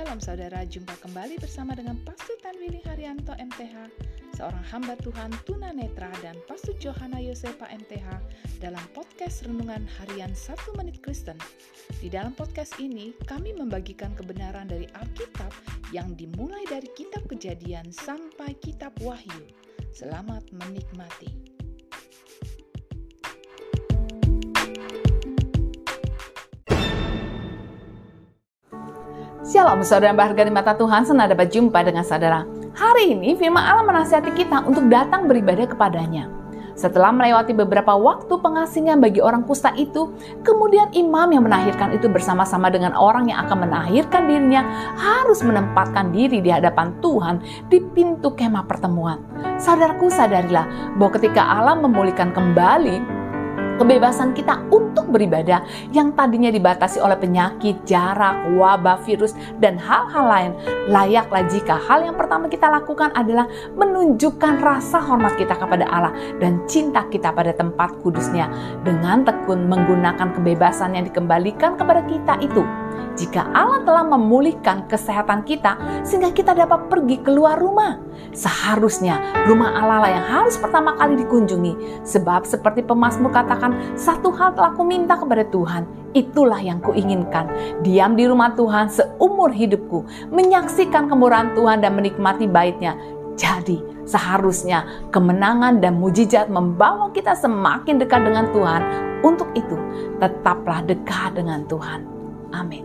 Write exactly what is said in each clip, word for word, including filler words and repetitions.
Shalom saudara, jumpa kembali bersama dengan Pastor Tanwili Haryanto M T H, seorang hamba Tuhan tunanetra, dan Pastor Johana Yosepa M T H dalam podcast Renungan Harian satu Menit Kristen. Di dalam podcast ini, kami membagikan kebenaran dari Alkitab yang dimulai dari Kitab Kejadian sampai Kitab Wahyu. Selamat menikmati. Shalom saudara yang berharga di mata Tuhan, senang dapat jumpa dengan saudara. Hari ini firman Allah menasihati kita untuk datang beribadah kepadanya. Setelah melewati beberapa waktu pengasingan bagi orang kusta itu, kemudian imam yang menahirkan itu bersama-sama dengan orang yang akan menahirkan dirinya harus menempatkan diri di hadapan Tuhan di pintu kemah pertemuan. Saudaraku, sadarilah bahwa ketika Allah memulihkan kembali kebebasan kita untuk beribadah yang tadinya dibatasi oleh penyakit, jarak, wabah, virus, dan hal-hal lain, layaklah jika hal yang pertama kita lakukan adalah menunjukkan rasa hormat kita kepada Allah dan cinta kita pada tempat kudusnya dengan tekun menggunakan kebebasan yang dikembalikan kepada kita itu. Jika Allah telah memulihkan kesehatan kita sehingga kita dapat pergi keluar rumah, seharusnya rumah Allah lah yang harus pertama kali dikunjungi. Sebab seperti pemazmur katakan, satu hal telah kuminta kepada Tuhan, itulah yang kuinginkan, diam di rumah Tuhan seumur hidupku, menyaksikan kemurahan Tuhan dan menikmati bait-Nya. Jadi seharusnya kemenangan dan mujizat membawa kita semakin dekat dengan Tuhan. Untuk itu tetaplah dekat dengan Tuhan. Amin.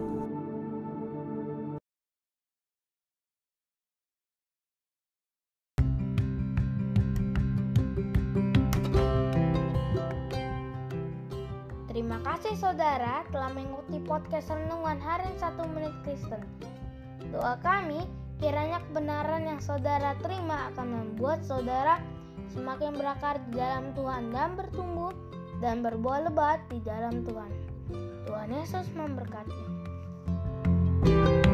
Terima kasih saudara telah mengikuti podcast Renungan Harian satu Menit Kristen. Doa kami, kiranya kebenaran yang saudara terima akan membuat saudara semakin berakar di dalam Tuhan dan bertumbuh dan berbuah lebat di dalam Tuhan. Tuhan Yesus memberkati.